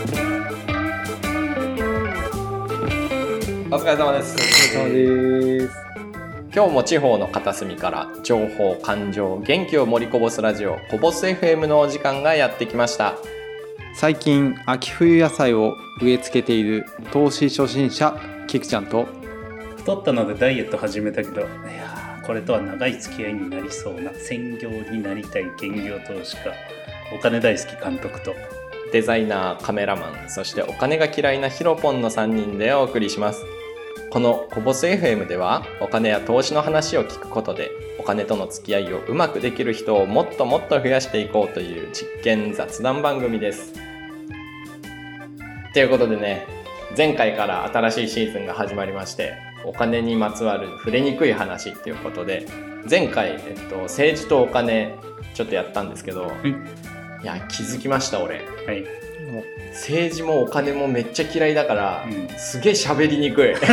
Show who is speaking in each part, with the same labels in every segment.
Speaker 1: お疲れ様です。
Speaker 2: お疲れ様です。
Speaker 1: 今日も地方の片隅から情報、感情、元気を盛りこぼすラジオこぼす FM のお時間がやってきました。
Speaker 2: 最近秋冬野菜を植え付けている投資初心者キクちゃんと、
Speaker 3: 太ったのでダイエット始めたけど、いやこれとは長い付き合いになりそうな専業になりたい兼業投資家お金大好き監督と、
Speaker 1: デザイナー、カメラマン、そしてお金が嫌いなヒロポンの3人でお送りします。このこぼす FM ではお金や投資の話を聞くことでお金との付き合いをうまくできる人をもっともっと増やしていこうという実験雑談番組です。ということでね、前回から新しいシーズンが始まりまして、お金にまつわる触れにくい話っていうことで、前回、政治とお金ちょっとやったんですけど、いや気づきました俺、はい、政治もお金もめっちゃ嫌いだから、すげえ喋りにくい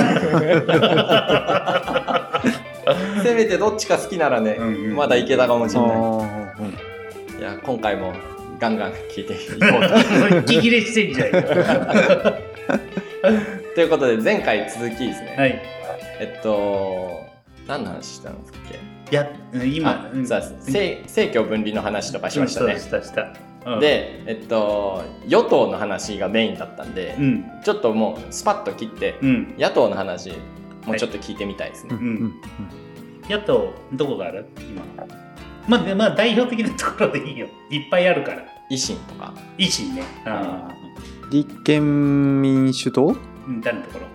Speaker 1: せめてどっちか好きならね、まだいけたかもしれない。いや今回もガンガン聞いていこうと
Speaker 3: 息切れしてんじゃん
Speaker 1: ということで前回続きですね。
Speaker 3: はい。
Speaker 1: 何の話したんですっけ？
Speaker 3: いや今
Speaker 1: 政教分離の話とかしましたね。
Speaker 3: した
Speaker 1: で、与党の話がメインだったんで、ちょっともうスパッと切って、野党の話もうちょっと聞いてみたいですね。
Speaker 3: 野党どこがある？今まあ代表的なところでいいよ。いっぱいあるから。維新とか。維新ね。
Speaker 2: 立憲民主党？
Speaker 3: 誰のところ？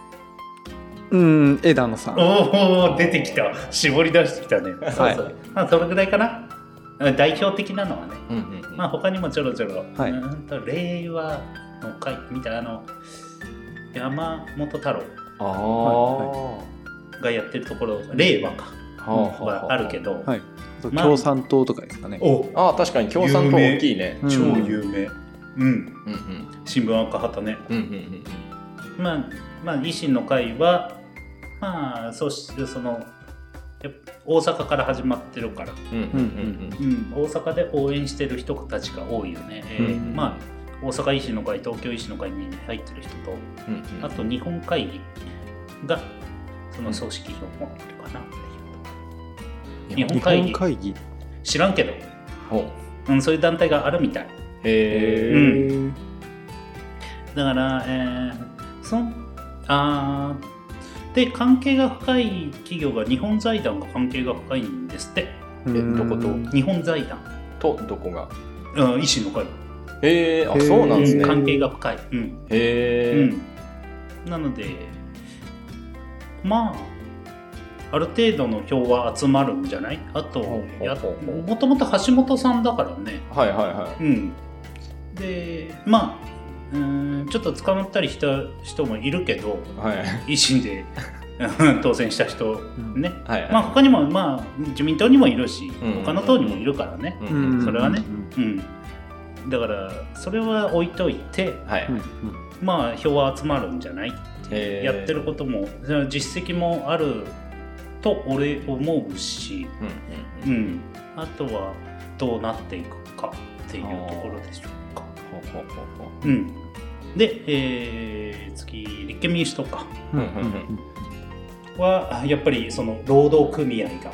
Speaker 2: 枝野さん。
Speaker 3: おお、出てきた。絞り出してきたね。そうそう。まあそれぐらいかな。代表的なのはね。まあ他にもちょろちょろ。令和の会みたいな山本太郎がやってるところ、令和かはあるけど。
Speaker 2: 共産党とかですかね。
Speaker 1: 確かに共産党大きいね。
Speaker 3: 超有名。新聞赤旗ね。まあ維新の会はまあその大阪から始まってるから、大阪で応援してる人たちが多いよね。まあ大阪維新の会、東京維新の会に入ってる人と、あと日本会議がその組織票を持ってるかなっていう。日本会議知らんけど、そういう団体があるみたい。だからで関係が深い企業が日本財団が関係が深いんですって。
Speaker 1: どこと？
Speaker 3: 日本財団
Speaker 1: とどこが？
Speaker 3: 維新の会。
Speaker 1: そうなんですね。
Speaker 3: 関係が深い。なのでまあある程度の票は集まるんじゃない？あともともと橋本さんだからね。でまあちょっと捕まったりした人もいるけど、維新で当選した人ね。まあ他にもまあ自民党にもいるし、他の党にもいるからね。それはね。だからそれは置いといて、まあ票は集まるんじゃないってやってることも実績もあると俺思うし、あとはどうなっていくかっていうところでしょうか。で、次立憲民主党かはやっぱりその労働組合が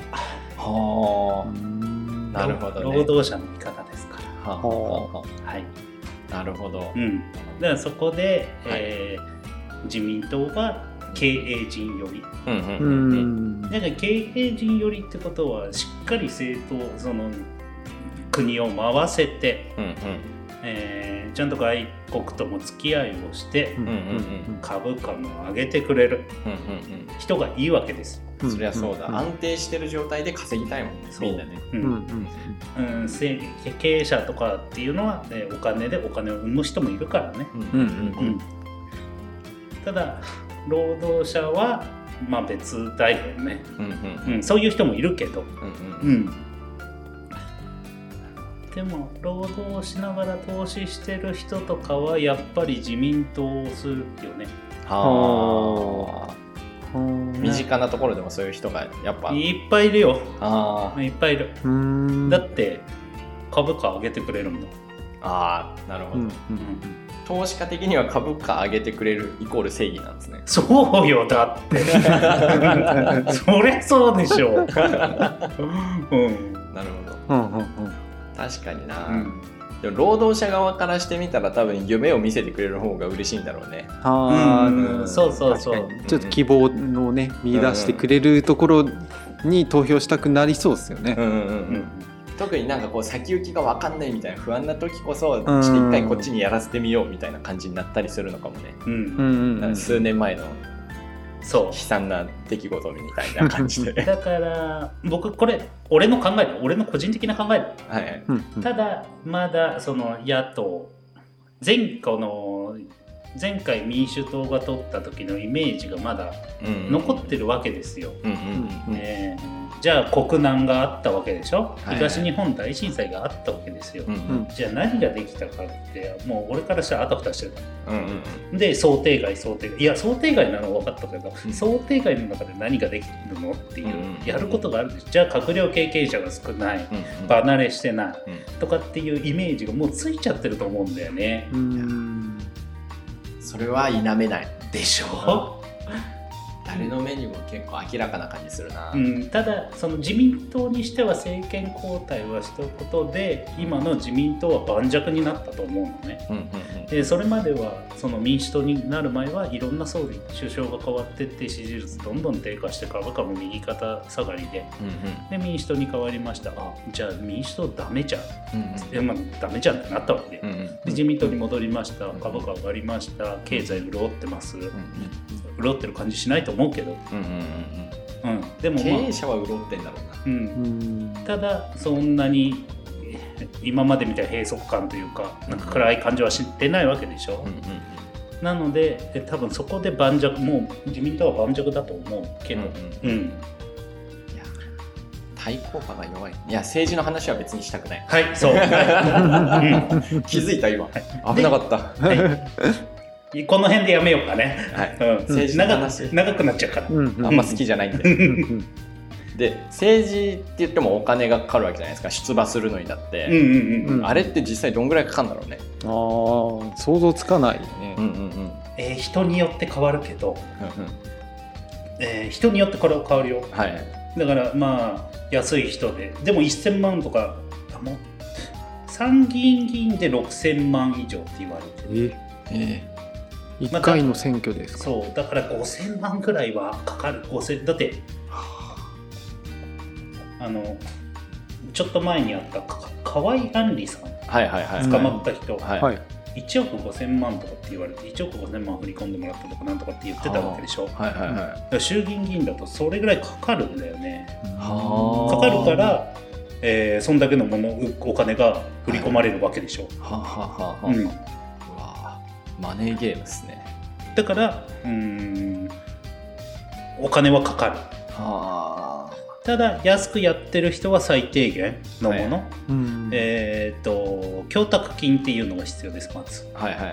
Speaker 1: なるほどね。
Speaker 3: 労働者の味方ですから。
Speaker 1: なるほど。
Speaker 3: だからそこで、自民党は経営陣寄り。だから経営陣寄りってことはしっかり政党その国を回せて、ちゃんと外国とも付き合いをして、株価も上げてくれる人がいいわけです。
Speaker 1: そりゃそうだ。安定してる状態で稼ぎたいもんね。みんなね。
Speaker 3: 経営者とかっていうのは、お金でお金を生む人もいるからね。ただ労働者はまあ別だよね。そういう人もいるけど。でも労働しながら投資してる人とかはやっぱり自民党をするよね。
Speaker 1: 身近なところでもそういう人がやっぱ
Speaker 3: いっぱいいるよ。いっぱいいる。だって株価上げてくれるもん。
Speaker 1: なるほど。 投資家的には株価上げてくれるイコール正義なんですね。
Speaker 3: そうよ、だってそりゃそうでしょう、うん、
Speaker 1: なるほど、確かにな、でも労働者側からしてみたら多分夢を見せてくれる方が嬉しいんだろうね。
Speaker 3: そうそうそう、
Speaker 2: ちょっと希望をね見出してくれるところに投票したくなりそうですよね。
Speaker 1: 特になんかこう先行きが分かんないみたいな不安な時こそちょっと一回こっちにやらせてみようみたいな感じになったりするのかもね。数年前の悲惨な出来事みたいな感じで
Speaker 3: だから僕これ俺の考えだ、俺の個人的な考えだ、ただまだその野党前回民主党が取った時のイメージがまだ残ってるわけですよ。じゃあ国難があったわけでしょ、東日本大震災があったわけですよ、じゃあ何ができたかってもう俺からしたらあたふたしてる、で想定外いや想定外なのは分かったけど、想定外の中で何ができるのっていう、やることがあるでしょ。じゃあ閣僚経験者が少ない、離れしてない、とかっていうイメージがもうついちゃってると思うんだよね。
Speaker 1: それは否めない
Speaker 3: でしょ。
Speaker 1: 誰の目にも結構明らかな感じするな、
Speaker 3: ただその自民党にしては政権交代はしたことで今の自民党は盤石になったと思うのね、でそれまではその民主党になる前はいろんな総理首相が変わってって支持率どんどん低下して株価も右肩下がりで、で民主党に変わりました。じゃあ民主党ダメじゃん、ダメじゃんってなったわけで、で自民党に戻りました。株価上がりました。経済潤ってます、潤ってる感じしないと思うけど、でも、
Speaker 1: 経営者は潤ってんだろう
Speaker 3: な、ただそんなに今までみたいな閉塞感というかなんか暗い感じはしてないわけでしょ、なので多分そこで盤石、もう自民党は盤石だと思うけど、
Speaker 1: 対効果が弱い。いや政治の話は別にしたくない。
Speaker 3: はい、そう、
Speaker 1: 気づいた今、危なかった。
Speaker 3: この辺でやめようかね。
Speaker 1: 政治の話
Speaker 3: 長くなっちゃうから、
Speaker 1: あんま好きじゃないんで。で政治って言ってもお金がかかるわけじゃないですか、出馬するのにだって、あれって実際どんぐらいかかるんだろうね。
Speaker 2: 想像つかないね。
Speaker 3: 人によって変わるけど、人によってこれは変わるよ、だからまあ安い人でも1000万とか、もう参議院議員で6000万以上って言われてる。
Speaker 2: 1回の選挙ですか。
Speaker 3: そうだから5000万ぐらいはかかる。だってちょっと前にあった河合杏里さん、捕まった人、1億5000万とかって言われて1億5000万振り込んでもらったとかなんとかって言ってたわけでしょ。衆議院議員だとそれぐらいかかるんだよね。かかるから、そんだけのお金が振り込まれるわけでしょ。
Speaker 1: マネーゲームですね。
Speaker 3: だからお金はかかる。ただ安くやってる人は最低限のもの、供託金っていうのが必要です。まず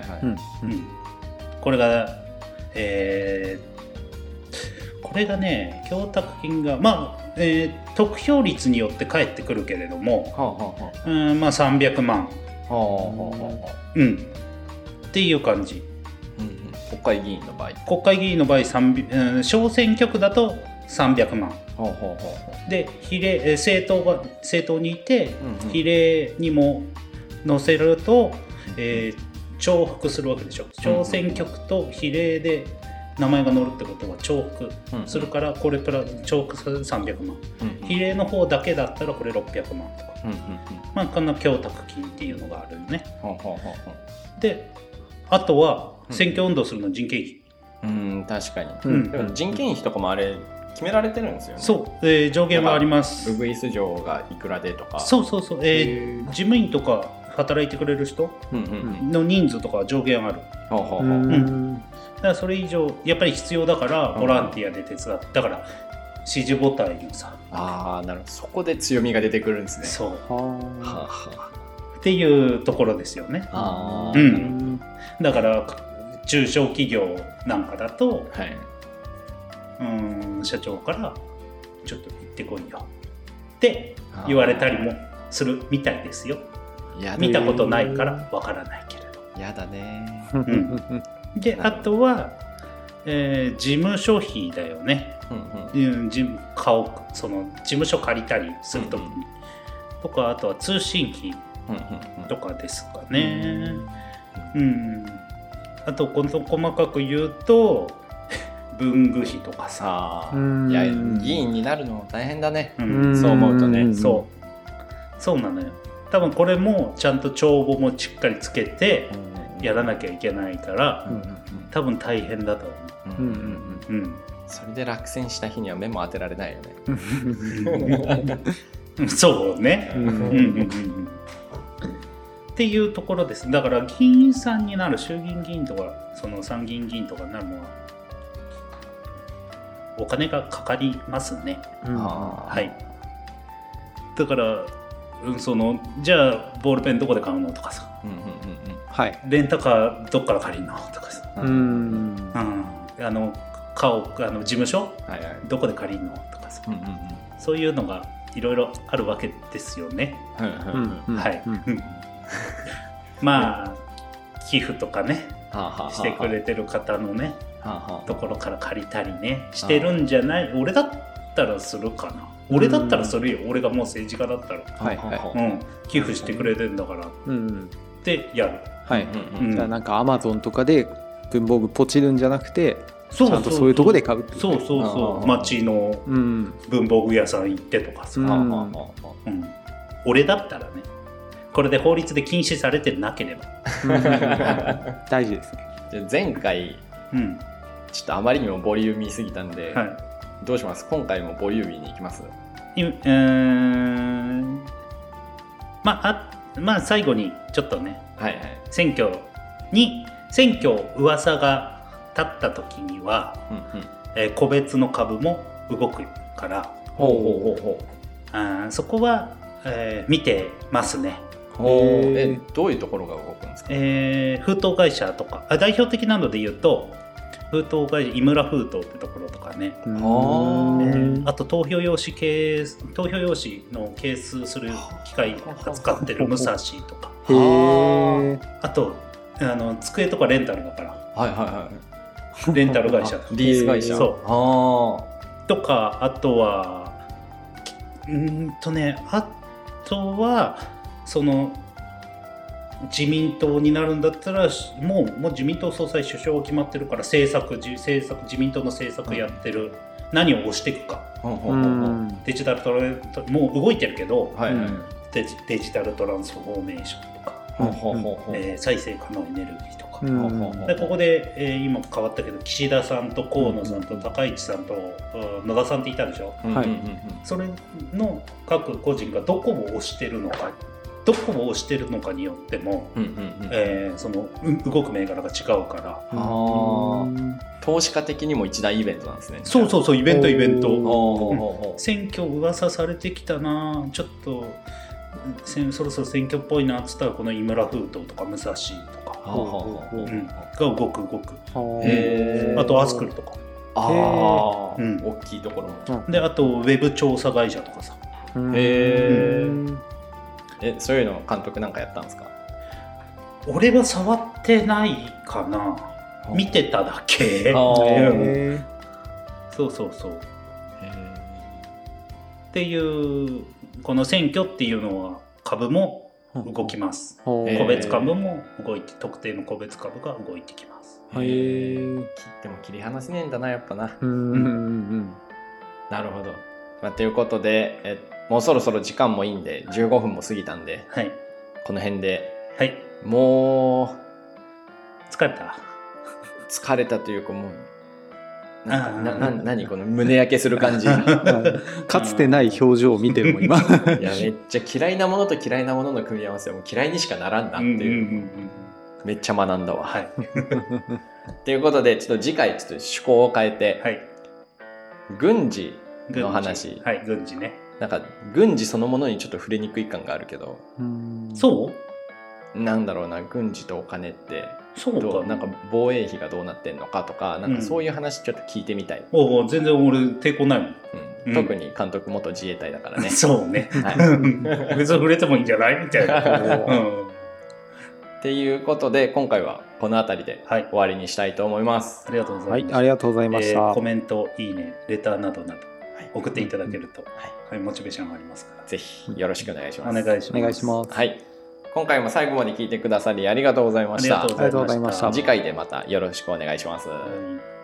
Speaker 3: これが供託金が得票率によって返ってくるけれども、300万っていう感じ。
Speaker 1: 国会議員の場合、
Speaker 3: 小選挙区だと300万で、政党にいて、比例にも載せると、重複するわけでしょ。小選挙区と比例で名前が載るってことは重複するから、これから重複する300万、比例の方だけだったらこれ600万とか、こんな供託金っていうのがあるよね。であとは選挙運動するの人件費。
Speaker 1: 確かに、でも人件費とかもあれ決められてるんですよね。
Speaker 3: そう、上限はあります。
Speaker 1: ウグイス嬢がいくらでとか。
Speaker 3: そう、事務員とか働いてくれる人の人数とか上限ある。だからそれ以上やっぱり必要だからボランティアで手伝って、だから支持母体のさ、
Speaker 1: なるほど、そこで強みが出てくるんですね。
Speaker 3: そうっていうところですよね。だから中小企業なんかだと、社長からちょっと行ってこいよって言われたりもするみたいですよ。見たことないからわからないけれど。
Speaker 1: やだね。
Speaker 3: であとは、事務所費だよね。その事務所借りたりするときに、とかあとは通信費とかですかね。あと細かく言うと文具費とかさ。
Speaker 1: いや議員になるのも大変だね。そう思うとね。
Speaker 3: そうなのよ。多分これもちゃんと帳簿もしっかりつけてやらなきゃいけないから、多分大変だと思う。
Speaker 1: それで落選した日には目も当てられないよね。
Speaker 3: そうね。っていうところです。だから議員さんになる、衆議院議員とかその参議院議員とかになるのはお金がかかりますね。はい。だからじゃあボールペンどこで買うのとかさ、レンタカーどっから借りるのとかさ、事務所、どこで借りるのとかさ、そういうのがいろいろあるわけですよね。まあ寄付とかねしてくれてる方のねところから借りたりねしてるんじゃない？俺だったらするかな。俺だったらするよ。俺がもう政治家だったら、寄付してくれてるんだからってやる。
Speaker 2: じゃあなんか Amazon とかで文房具ポチるんじゃなくてちゃんとそういうとこで買うっていう。
Speaker 3: そう町の文房具屋さん行ってとかさ、俺だったらね、これで法律で禁止されてなければ
Speaker 2: 大事ですね。
Speaker 1: じゃあ前回ちょっとあまりにもボリューミーすぎたんで、どうします？今回もボリューミーに行きます？
Speaker 3: まあ最後にちょっとね、選挙噂が立った時には、個別の株も動くから、そこは、見てますね。
Speaker 1: どういうところが動くんですか？
Speaker 3: 封筒会社とか、代表的なので言うと封筒会社井村封筒ってところとかね、あと投票用紙の係数する機械扱ってる武蔵とか、あと机とかレンタルだからレンタル会社
Speaker 1: リース会社
Speaker 3: とか、あとはその自民党になるんだったらもう自民党総裁首相が決まってるから自民党の政策やってる、何を推していくか、デジタルもう動いてるけど、デジタルトランスフォーメーションとか、再生可能エネルギーとか、でここで、今変わったけど岸田さんと河野さんと高市さんと野田さんっていたでしょ、それの各個人がどこを推してるのかによっても、その動く銘柄が違うから、
Speaker 1: 投資家的にも一大イベントなんですね。
Speaker 3: そうイベント、選挙噂されてきたな、ちょっとそろそろ選挙っぽいなっつったらこの井村封筒とか武蔵とかが動く、あとアスクルとか、
Speaker 1: 大きいところも、
Speaker 3: であとウェブ調査会社とかさ、
Speaker 1: そういうの監督なんかやったんですか？
Speaker 3: 俺は触ってないかな、見てただけ。そうっていうこの選挙っていうのは株も動きます。個別株も特定の個別株が動いてきます。
Speaker 1: 切っても切り離せねえんだな、やっぱな。なるほど。ということで、もうそろそろ時間もいいんで15分も過ぎたんで、この辺で、もう
Speaker 3: 疲れた
Speaker 1: というか、もう何この胸焼けする感じ
Speaker 2: かつてない表情を見てるもん今
Speaker 1: いやめっちゃ嫌いなものと嫌いなものの組み合わせはもう嫌いにしかならんなっていう、めっちゃ学んだわ。ということでちょっと次回ちょっと趣向を変えて、軍事の話、
Speaker 3: 軍事ね、
Speaker 1: なんか軍事そのものにちょっと触れにくい感があるけど、なんだろうな、軍事とお金ってなんか防衛費がどうなってんのかとか、なんかそういう話ちょっと聞いてみたい。
Speaker 3: 全然俺抵抗ないもん。
Speaker 1: 特に監督元自衛隊だからね。
Speaker 3: そうね。別に触れてもいいんじゃないみたいな。
Speaker 1: っていうことで今回はこの辺りで終わりにしたいと思います。
Speaker 3: ありがとうございます。
Speaker 2: はい、ありがとうございました。
Speaker 3: コメント、いいね、レターなどなど送っていただけると、モチベーションがありますから。
Speaker 1: ぜひよろしくお願いします。
Speaker 3: お願いします。
Speaker 1: はい。今回も最後まで聞いてくださりありがとうございました。
Speaker 2: ありがとうございました。
Speaker 1: 次回でまたよろしくお願いします。